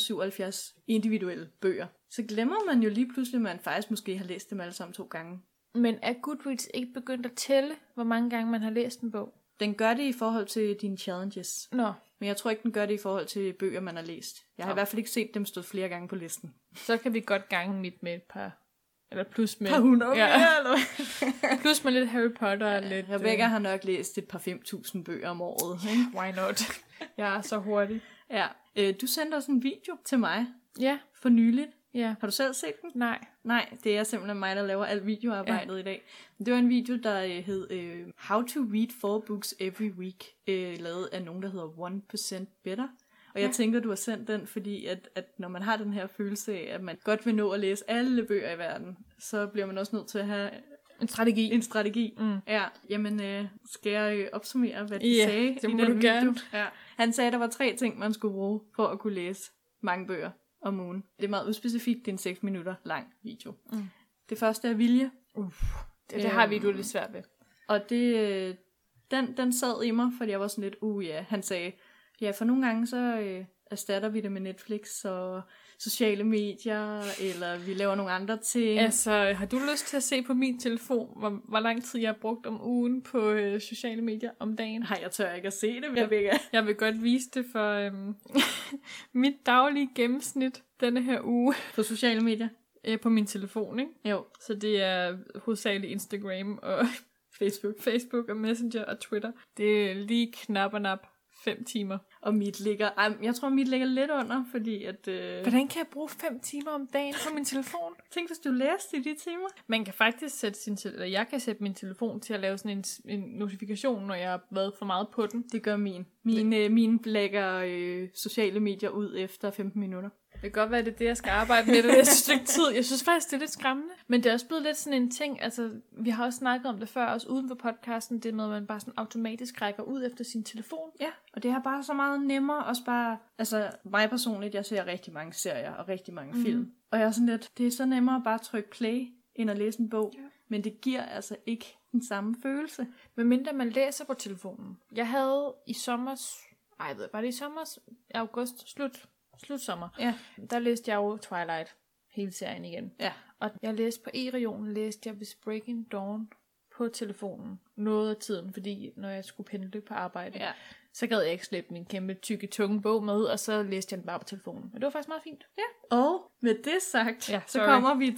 177 individuelle bøger. Så glemmer man jo lige pludselig, at man faktisk måske har læst dem alle sammen 2 gange. Men er Goodreads ikke begyndt at tælle, hvor mange gange man har læst en bog? Den gør det i forhold til dine challenges. Nå. Men jeg tror ikke, den gør det i forhold til bøger, man har læst. Jeg har i hvert fald ikke set dem stå flere gange på listen. Så kan vi godt gange mit med et par... Eller plus med... Par 100 mere, eller plus med lidt Harry Potter og lidt... Rebecca har nok læst et par 5.000 bøger om året. Ikke? Why not? Jeg er så hurtig. Ja. Du sendte også en video til mig. Ja. For nyligt. Ja. Har du selv set den? Nej, det er simpelthen mig, der laver alt videoarbejdet i dag. Det var en video, der hed How to Read 4 Books Every Week, lavet af nogen, der hedder 1% Better. Og jeg tænker, du har sendt den, fordi at når man har den her følelse af, at man godt vil nå at læse alle bøger i verden, så bliver man også nødt til at have en strategi. Ja, jamen skal jeg opsummere, hvad de sagde i den video? Gerne. Ja. Han sagde, at der var 3 ting, man skulle bruge for at kunne læse mange bøger om ugen. Det er meget uspecifikt, det er en 6 minutter lang video. Det første er vilje. Det har vi jo lidt svært ved. Og det, den sad i mig, fordi jeg var sådan lidt, han sagde, for nogle gange så erstatter vi det med Netflix og sociale medier, eller vi laver nogle andre ting. Altså, har du lyst til at se på min telefon, hvor lang tid jeg har brugt om ugen på sociale medier om dagen? Nej, jeg tør ikke at se det, Jeg vil godt vise det for mit daglige gennemsnit denne her uge. På sociale medier? På min telefon, ikke? Jo. Så det er hovedsageligt Instagram og Facebook og Messenger og Twitter. Det er lige knap og nap 5 timer. Og jeg tror mit ligger lidt under, fordi at... Hvordan kan jeg bruge 5 timer om dagen på min telefon? Tænk, hvis du læste i de timer. Man kan faktisk jeg kan sætte min telefon til at lave sådan en notifikation, når jeg har været for meget på den. Det gør min. Min lægger sociale medier ud efter 15 minutter. Det kan godt være, det er det, jeg skal arbejde med det næste stykke tid. Jeg synes faktisk, det er lidt skræmmende. Men det er også blevet lidt sådan en ting, altså vi har også snakket om det før, også uden for podcasten, det med, at man bare sådan automatisk rækker ud efter sin telefon. Ja, og det er bare så meget nemmere, også bare, altså mig personligt, jeg ser rigtig mange serier og rigtig mange film. Og jeg er sådan lidt, det er så nemmere bare at trykke play, end at læse en bog. Ja. Men det giver altså ikke den samme følelse. Medmindre man læser på telefonen. Jeg havde i var det i sommers, august, slut sommer, der læste jeg jo Twilight, hele serien igen. Ja. Og jeg læste på e-regionen, læste jeg Hvis Breaking Dawn på telefonen noget af tiden, fordi når jeg skulle pendle på arbejde, så gad jeg ikke slæbe min kæmpe, tykke, tunge bog med, og så læste jeg den bare på telefonen. Men det var faktisk meget fint. Ja. Og med det sagt, så kommer vi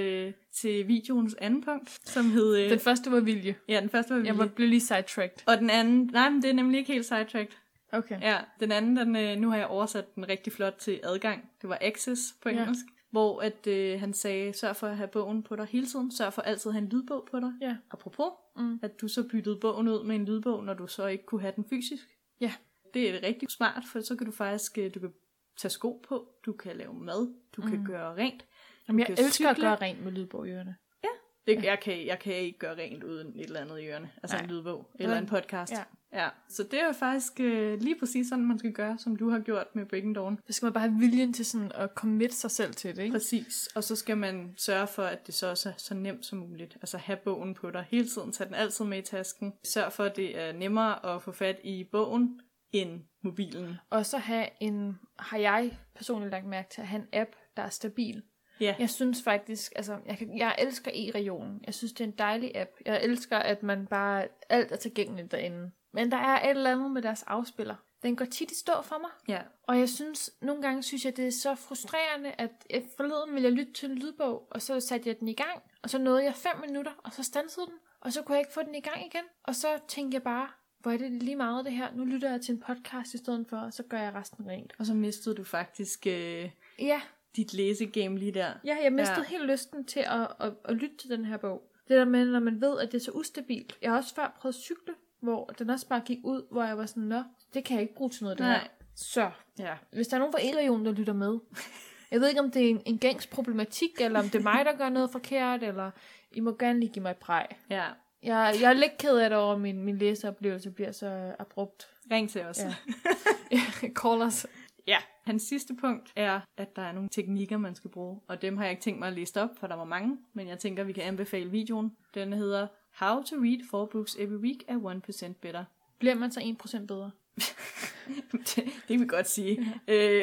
til videoens anden punkt, som hed... Den første var vilje. Ja, den første var vilje. Jeg blev lige sidetracked. Og den anden... Nej, men det er nemlig ikke helt sidetracked. Okay. Ja, den anden, nu har jeg oversat den rigtig flot til adgang. Det var access på engelsk. Hvor at, han sagde, sørg for at have bogen på dig hele tiden. Sørg for altid at have en lydbog på dig. Ja. Apropos, at du så byttede bogen ud med en lydbog, når du så ikke kunne have den fysisk. Ja. Det er rigtig smart, for så kan du faktisk du kan tage sko på, du kan lave mad, du kan gøre rent. Jamen, jeg elsker at gøre rent med lydbog i ørerne. Ja. Jeg kan ikke gøre rent uden et eller andet i ørerne. Altså en lydbog eller en podcast. Ja. Så det er jo faktisk lige præcis sådan, man skal gøre, som du har gjort med Breaking Dawn. Så skal man bare have viljen til sådan at committe sig selv til det, ikke? Præcis. Og så skal man sørge for, at det så også er så nemt som muligt. Altså have bogen på dig hele tiden. Tag den altid med i tasken. Sørg for, at det er nemmere at få fat i bogen end mobilen. Og så har jeg personligt lagt mærke til at have en app, der er stabil. Yeah. Jeg synes faktisk, altså, jeg elsker e-regionen. Jeg synes, det er en dejlig app. Jeg elsker, at man bare, alt er tilgængeligt derinde. Men der er et eller andet med deres afspiller. Den går tit i stå for mig. Ja. Og nogle gange synes jeg, det er så frustrerende, at forleden ville jeg lytte til en lydbog, og så satte jeg den i gang, og så nåede jeg 5 minutter, og så standsede den, og så kunne jeg ikke få den i gang igen. Og så tænkte jeg bare, hvor er det lige meget det her? Nu lytter jeg til en podcast i stedet for, og så gør jeg resten rent. Og så mistede du faktisk dit læsegame lige der. Ja, jeg mistede helt lysten til at lytte til den her bog. Det der med, når man ved, at det er så ustabilt. Jeg har også før prøvet at cykle, hvor den også bare gik ud, hvor jeg var sådan, nå, det kan jeg ikke bruge til noget, det her. Så, hvis der er nogen fra e-regionen, der lytter med, jeg ved ikke, om det er en gængs problematik, eller om det er mig, der gør noget forkert, eller I må gerne lige give mig et præg. Ja. Jeg er lidt ked af det over, min læseoplevelse bliver så abrupt. Ring til os. Ja. Call us. Ja, hans sidste punkt er, at der er nogle teknikker, man skal bruge. Og dem har jeg ikke tænkt mig at læse op, for der var mange. Men jeg tænker, vi kan anbefale videoen. Den hedder How to Read 4 Books Every Week at 1% Better. Bliver man så 1% bedre? det kan vi godt sige.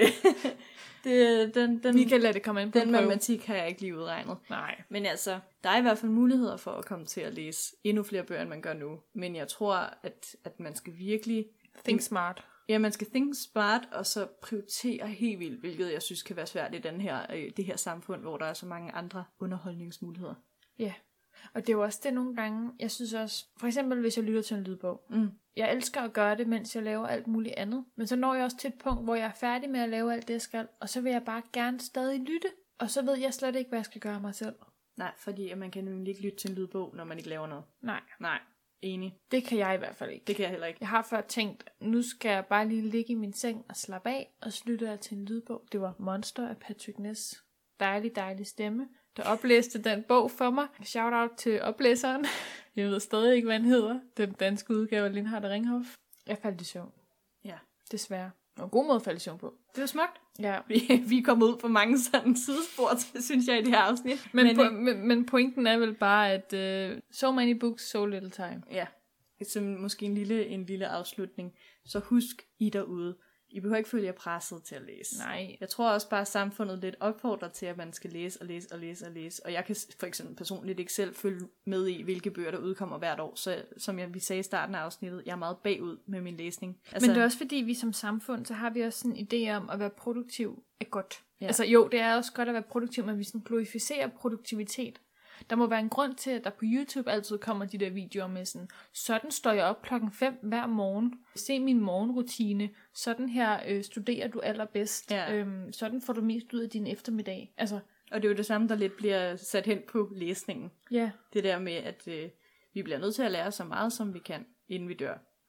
Vi kan lade det komme ind på den matematik har jeg ikke lige udregnet. Nej. Men altså, der er i hvert fald muligheder for at komme til at læse endnu flere bøger, end man gør nu. Men jeg tror, at man skal virkelig... Think smart. Ja, man skal think smart, og så prioritere helt vildt, hvilket jeg synes kan være svært i det her samfund, hvor der er så mange andre underholdningsmuligheder. Ja, og det er jo også det nogle gange, jeg synes også, for eksempel hvis jeg lytter til en lydbog. Jeg elsker at gøre det, mens jeg laver alt muligt andet. Men så når jeg også til et punkt, hvor jeg er færdig med at lave alt det, jeg skal, og så vil jeg bare gerne stadig lytte, og så ved jeg slet ikke, hvad jeg skal gøre af mig selv. Nej, fordi man kan nemlig ikke lytte til en lydbog, når man ikke laver noget. Nej. Enig. Det kan jeg i hvert fald ikke. Det kan jeg heller ikke. Jeg har før tænkt, nu skal jeg bare lige ligge i min seng og slappe af, og så lytter jeg til en lydbog. Det var Monster af Patrick Ness. Dejlig stemme, der oplæste den bog for mig. Shout out til oplæseren. Jeg ved stadig ikke, hvad han hedder. Den danske udgave af Lindhardt og Ringhof. Jeg faldt i søvn. Ja. Desværre. Og en god måde at falde i søvn på. Det var smukt. Ja. Vi er kommet ud på mange sådan sidespor, synes jeg, i det her afsnit. Men pointen er vel bare, at so many books, so little time. Ja, som måske en lille afslutning. Så husk I derude. I behøver ikke føle jer presset til at læse. Nej. Jeg tror også bare, at samfundet lidt opfordrer til, at man skal læse og læse. Og jeg kan for eksempel personligt ikke selv følge med i, hvilke bøger, der udkommer hvert år. Så som vi sagde i starten af afsnittet, jeg er meget bagud med min læsning. Altså, men det er også fordi, vi som samfund, så har vi også sådan en idé om, at være produktiv er godt. Ja. Altså jo, det er også godt at være produktiv, men vi sådan glorificerer produktivitet. Der må være en grund til, at der på YouTube altid kommer de der videoer med sådan står jeg op 5:00 hver morgen. Se min morgenrutine. Sådan her studerer du allerbedst. Ja. Sådan får du mest ud af din eftermiddag. Altså. Og det er jo det samme, der lidt bliver sat hen på læsningen. Ja. Det der med, at vi bliver nødt til at lære så meget, som vi kan, inden vi dør.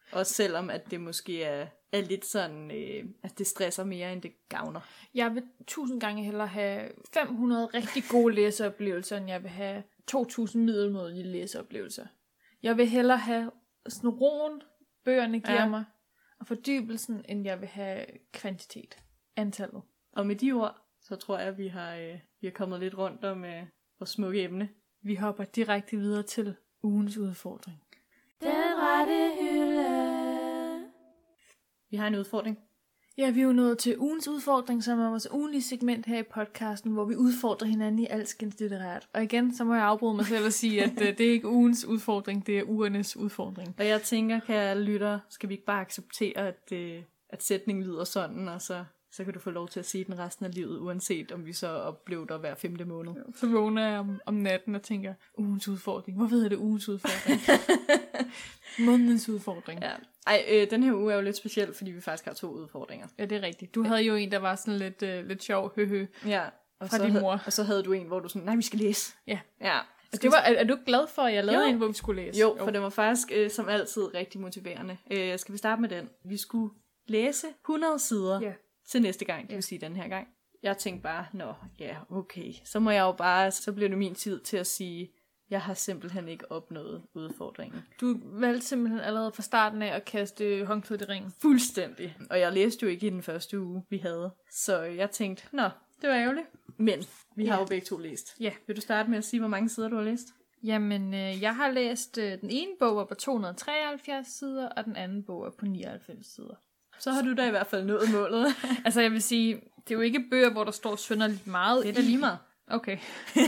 Også selvom, at det måske er lidt sådan, at det stresser mere, end det gavner. Jeg vil 1000 gange hellere have 500 rigtig gode læseoplevelser, end jeg vil have 2000 middelmådige læseoplevelser. Jeg vil hellere have sådan roen, bøgerne giver mig, og fordybelsen, end jeg vil have kvantitet, antallet. Og med de ord, så tror jeg, at vi har kommet lidt rundt om vores smukke emne. Vi hopper direkte videre til ugens udfordring. Den rette hylde. Vi har en udfordring. Ja, vi er jo nået til ugens udfordring, som er vores ugenlige segment her i podcasten, hvor vi udfordrer hinanden i alskens litterært. Og igen, så må jeg afbryde mig selv og sige, at det er ikke ugens udfordring, det er ugernes udfordring. Og jeg tænker, kære lytter, skal vi ikke bare acceptere, at sætningen lyder sådan, og så kan du få lov til at sige den resten af livet, uanset om vi så oplever det hver 5. måned. Så vågner jeg om natten og tænker, ugens udfordring. Hvorfor hedder det ugens udfordring? Månedens udfordring. Ja. Ej, den her uge er jo lidt speciel, fordi vi faktisk har 2 udfordringer. Ja, det er rigtigt. Du havde jo en, der var sådan lidt sjov, Ja, og fra din mor. Og så havde du en, hvor du sådan, nej, vi skal læse. Ja. Ja. Er du glad for, at jeg lavede en, hvor vi skulle læse? Jo, for det var faktisk som altid rigtig motiverende. Skal vi starte med den? Vi skulle læse 100 sider til næste gang, det vil sige den her gang. Jeg tænkte bare, okay, så må jeg jo bare, så bliver det min tid til at sige, jeg har simpelthen ikke opnået udfordringen. Du valgte simpelthen allerede fra starten af at kaste håndklædet i ringen. Fuldstændig. Og jeg læste jo ikke i den første uge, vi havde. Så jeg tænkte, det var ærgerligt. Men vi har jo begge 2 læst. Ja. Vil du starte med at sige, hvor mange sider du har læst? Jamen, jeg har læst den ene bog på 273 sider, og den anden bog er på 99 sider. Så har du da i hvert fald nået målet. Altså, jeg vil sige, det er jo ikke bøger, hvor der står synderligt meget. Det er da lige meget. Okay.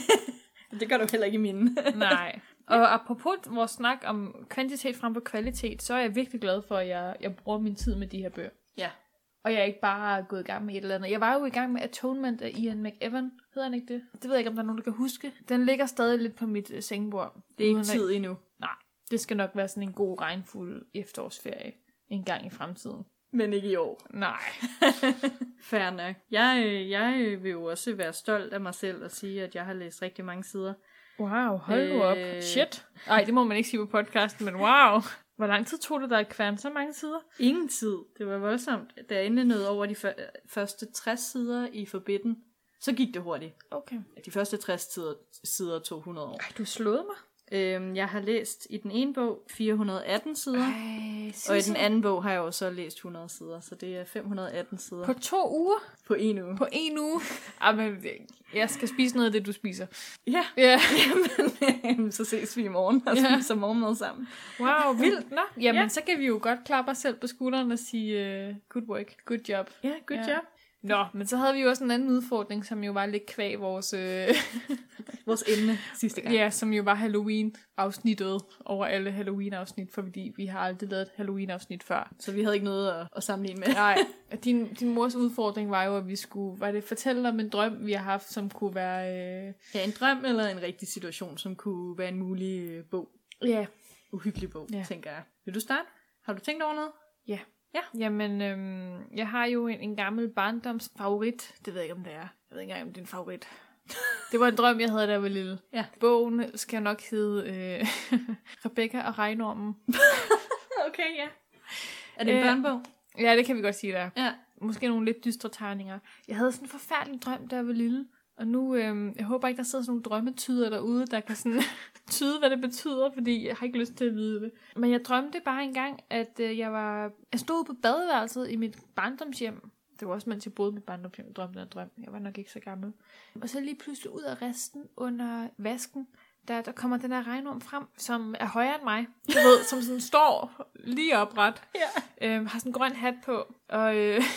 Det gør du heller ikke i mine. Nej. Og apropos vores snak om kvantitet frem for kvalitet, så er jeg virkelig glad for, at jeg bruger min tid med de her bøger. Ja. Og jeg er ikke bare gået i gang med et eller andet. Jeg var jo i gang med Atonement af Ian McEwan. Hedder han ikke det? Det ved jeg ikke, om der er nogen, der kan huske. Den ligger stadig lidt på mit sengebord. Det er ikke tid endnu. Nej, det skal nok være sådan en god regnfuld efterårsferie en gang i fremtiden. Men ikke i år. Nej. Fair nok. Jeg vil jo også være stolt af mig selv og sige, at jeg har læst rigtig mange sider. Wow, hold nu op. Shit. Ej, det må man ikke sige på podcasten, men wow. Hvor lang tid tog det dig at kværne så mange sider? Ingen tid. Det var voldsomt. Da jeg endelig nåede over de første 60 sider i Forbidden, så gik det hurtigt. Okay. De første 60 sider tog 100 år. Ej, du slåede mig. Jeg har læst i den ene bog 418 sider, Ej, og i den anden bog har jeg jo så læst 100 sider, så det er 518 sider. På 2 uger? På 1 uge. På 1 uge? Men jeg skal spise noget af det, du spiser. Ja. Jamen, så ses vi i morgen og spiser morgenmad sammen. Wow, vildt. Nå, jamen så kan vi jo godt klappe os selv på skulderen og sige good work, good job. Ja, good job. Nå, men så havde vi jo også en anden udfordring, som jo var lidt kvæg vores... vores emne sidste gang. Ja, som jo var Halloween-afsnittet over alle Halloween-afsnit, fordi vi har aldrig lavet et Halloween-afsnit før. Så vi havde ikke noget at sammenligne med. Nej, din mors udfordring var jo, at vi skulle fortælle om en drøm, vi har haft, som kunne være... Ja, en drøm eller en rigtig situation, som kunne være en mulig bog. Ja. Uhyggelig bog, tænker jeg. Vil du starte? Har du tænkt over noget? Ja. Jamen, jeg har jo en gammel barndomsfavorit. Det ved jeg ikke, om det er. Jeg ved ikke engang, om det er en favorit. Det var en drøm, jeg havde, da jeg var lille. Ja. Bogen skal nok hedde Rebecca og Regnormen. Okay, ja. Er det en børnebog? Ja, det kan vi godt sige, der. Ja. Måske nogle lidt dystre tegninger. Jeg havde sådan en forfærdelig drøm, da jeg var lille. Og nu, jeg håber ikke, der sidder sådan nogle drømmetyder derude, der kan sådan tyde, hvad det betyder, fordi jeg har ikke lyst til at vide det. Men jeg drømte bare engang, at jeg stod på badeværelset i mit barndomshjem. Det var også, mens jeg boede i mit barndomshjem, jeg drømte en drøm. Jeg var nok ikke så gammel. Og så lige pludselig ud af resten under vasken, der kommer den her regnorm frem, som er højere end mig. Du ved, som sådan står lige opret. Ja. Har sådan en grøn hat på, og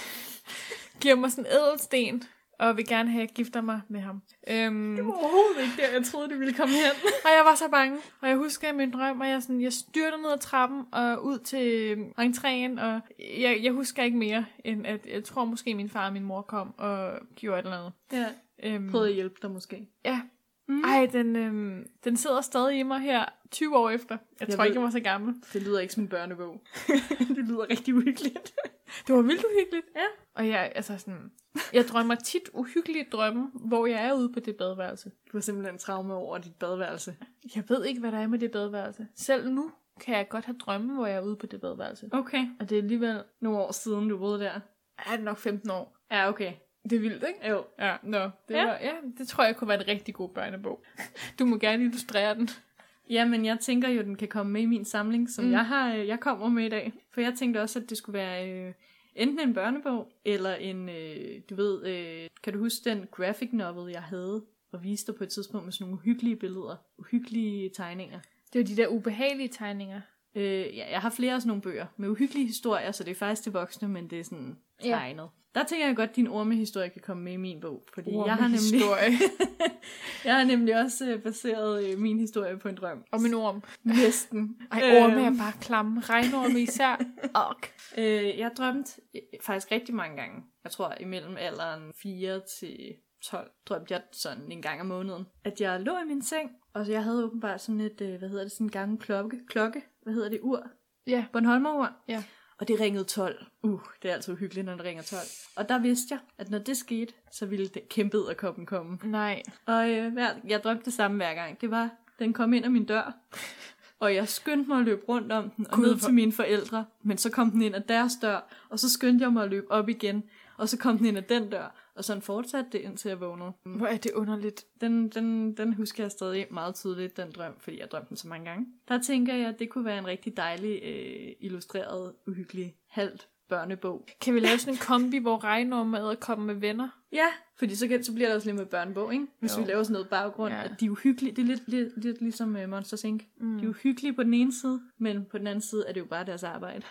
giver mig sådan en ædelsten. Og vil gerne have, at jeg gifter mig med ham. Det var overhovedet ikke der, jeg troede, det ville komme hen. Og jeg var så bange. Og jeg husker i min drøm, og jeg styrter ned ad trappen og ud til entréen. Og jeg husker ikke mere, end at jeg tror måske min far og min mor kom og gjorde et eller andet. Ja, prøvede at hjælpe dig måske. Ja. Ej, den sidder stadig i mig her 20 år efter. Jeg tror ikke, jeg var så gammel. Det lyder ikke som en børnebog. Det lyder rigtig uhyggeligt. Det var vildt uhyggeligt. Ja. Og jeg drømmer tit uhyggelige drømme, hvor jeg er ude på det badeværelse. Du har simpelthen traume over dit badeværelse. Jeg ved ikke, hvad der er med det badeværelse. Selv nu, kan jeg godt have drømme, hvor jeg er ude på det badeværelse. Okay. Og det er alligevel... Nogle år siden, du boede der. Er det nok 15 år? Ja, okay. Det er vildt, ikke? Jo. Ja, det tror jeg kunne være en rigtig god børnebog. Du må gerne illustrere den. Jamen, jeg tænker jo, den kan komme med i min samling, som jeg kommer med i dag. For jeg tænkte også, at det skulle være enten en børnebog, eller en, kan du huske den graphic novel, jeg havde, og viste dig på et tidspunkt med sådan nogle uhyggelige billeder, uhyggelige tegninger. Det var de der ubehagelige tegninger. Ja, jeg har flere af sådan nogle bøger med uhyggelige historier, så det er faktisk til voksne, men det er sådan tegnet. Der tænker jeg godt, at din ormehistorie kan komme med i min bog, fordi jeg har nemlig også baseret min historie på en drøm. Om en orm. Næsten. Orme er bare klamme. Regnorme især. Jeg drømte faktisk rigtig mange gange. Jeg tror imellem alderen 4 til 12 drømte jeg sådan en gang om måneden, at jeg lå i min seng, og jeg havde åbenbart sådan et, sådan en gammel klokke, ur? Ja. Bornholmer-ur. Ja. Og det ringede 12. Det er altid uhyggeligt, når det ringer 12. Og der vidste jeg, at når det skete, så ville det kæmpe edderkoppen komme. Nej. Og jeg drømte det samme hver gang. Det var, den kom ind ad min dør, og jeg skyndte mig at løbe rundt om den, og ned til mine forældre. Men så kom den ind ad deres dør, og så skyndte jeg mig at løbe op igen. Og så kom den ind ad den dør, og sådan fortsatte det, indtil jeg vågnede. Hvor er det underligt. Den husker jeg stadig meget tydeligt, den drøm, fordi jeg drømte den så mange gange. Der tænker jeg, at det kunne være en rigtig dejlig, illustreret, uhyggelig, halvt børnebog. Kan vi lave sådan en kombi, hvor regnorme og edderkoppen med venner? Ja, fordi så bliver der også lidt med børnebog, ikke? Hvis vi laver sådan noget baggrund, at de er uhyggelige. Det er lidt ligesom Monsters Inc. De er uhyggelige på den ene side, men på den anden side er det jo bare deres arbejde.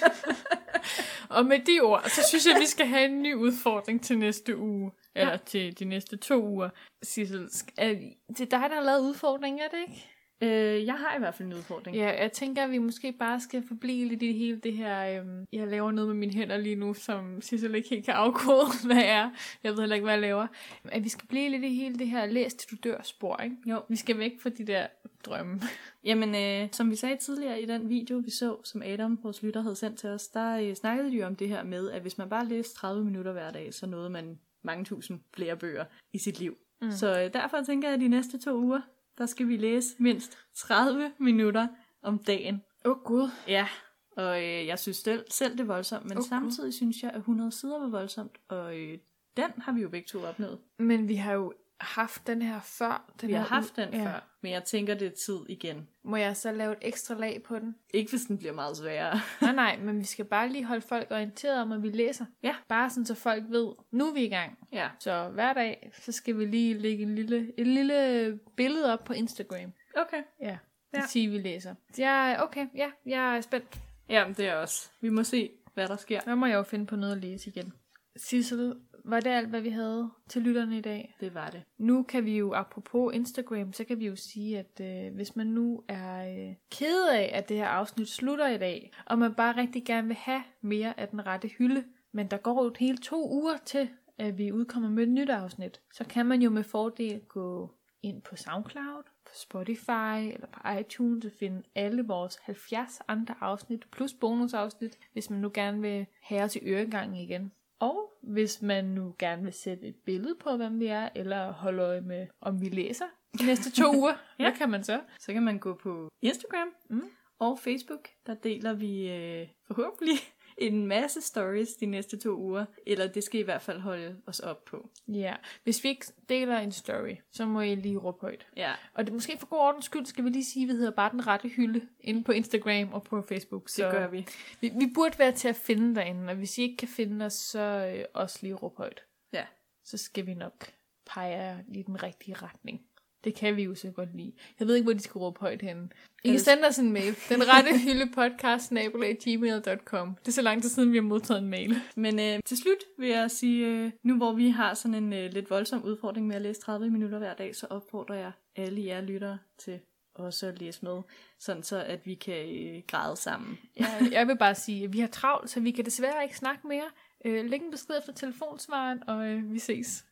Og med de ord, så synes jeg, at vi skal have en ny udfordring til næste uge. Eller til de næste 2 uger. Sissel, det er dig, der har lavet udfordringen, er det ikke? Jeg har i hvert fald en udfordring. Ja, jeg tænker, at vi måske bare skal forblive lidt i hele det her... jeg laver noget med mine hænder lige nu, som Sissel ikke helt kan afkode, hvad er. Jeg ved heller ikke, hvad jeg laver. At vi skal blive lidt i hele det her læs til du dør spor, ikke? Jo. Vi skal væk fra de der drømme. Jamen, som vi sagde tidligere i den video, vi så, som Adam, vores lytter, havde sendt til os, der snakkede de jo om det her med, at hvis man bare læste 30 minutter hver dag, så nåede man mange tusind flere bøger i sit liv. Så derfor tænker jeg, at de næste 2 uger, der skal vi læse mindst 30 minutter om dagen. Gud. Ja, og jeg synes selv det er voldsomt, men samtidig synes jeg, at 100 sider var voldsomt, og den har vi jo begge to opnået. Men vi har jo haft den her før. Vi har haft den før, men jeg tænker, det er tid igen. Må jeg så lave et ekstra lag på den? Ikke hvis den bliver meget sværere. Nej, men vi skal bare lige holde folk orienteret om, at vi læser. Ja. Bare sådan, så folk ved, nu er vi i gang. Ja. Så hver dag, så skal vi lige lægge et lille billede op på Instagram. Okay. Ja, det siger vi læser. Jeg er spændt. Jamen, det er også. Vi må se, hvad der sker. Så må jeg jo finde på noget at læse igen. Sissel, var det alt, hvad vi havde til lytterne i dag? Det var det. Nu kan vi jo, apropos Instagram, så kan vi jo sige, at hvis man nu er ked af, at det her afsnit slutter i dag, og man bare rigtig gerne vil have mere af den rette hylde, men der går jo et helt 2 uger til, at vi udkommer med et nyt afsnit, så kan man jo med fordel gå ind på SoundCloud, på Spotify eller på iTunes og finde alle vores 70 andre afsnit plus bonusafsnit, hvis man nu gerne vil have os i øregangen igen. Og hvis man nu gerne vil sætte et billede på, hvem vi er, eller holde øje med, om vi læser de næste 2 uger, hvad kan man så? Så kan man gå på Instagram og Facebook. Der deler vi forhåbentlig en masse stories de næste 2 uger. Eller det skal i hvert fald holde os op på. Ja, hvis vi ikke deler en story, så må I lige råbe højt. Ja. Og det måske for god ordens skyld, skal vi lige sige, at vi hedder bare Den Rette Hylde inde på Instagram og på Facebook. Så det gør vi. Vi burde være til at finde derinde, og hvis I ikke kan finde os, så også lige råbe højt. Ja. Så skal vi nok pege jer i den rigtige retning. Det kan vi jo så godt lide. Jeg ved ikke, hvor de skal råbe højt henne. I kan sende os en mail. denrettehyllepodcast@gmail.com. Det er så lang tid siden, vi har modtaget en mail. Men til slut vil jeg sige, nu hvor vi har sådan en lidt voldsom udfordring med at læse 30 minutter hver dag, så opfordrer jeg alle jer lyttere til også at læse med, sådan så at vi kan græde sammen. Ja, jeg vil bare sige, at vi har travlt, så vi kan desværre ikke snakke mere. Læg en besked efter telefonsvaren, og vi ses.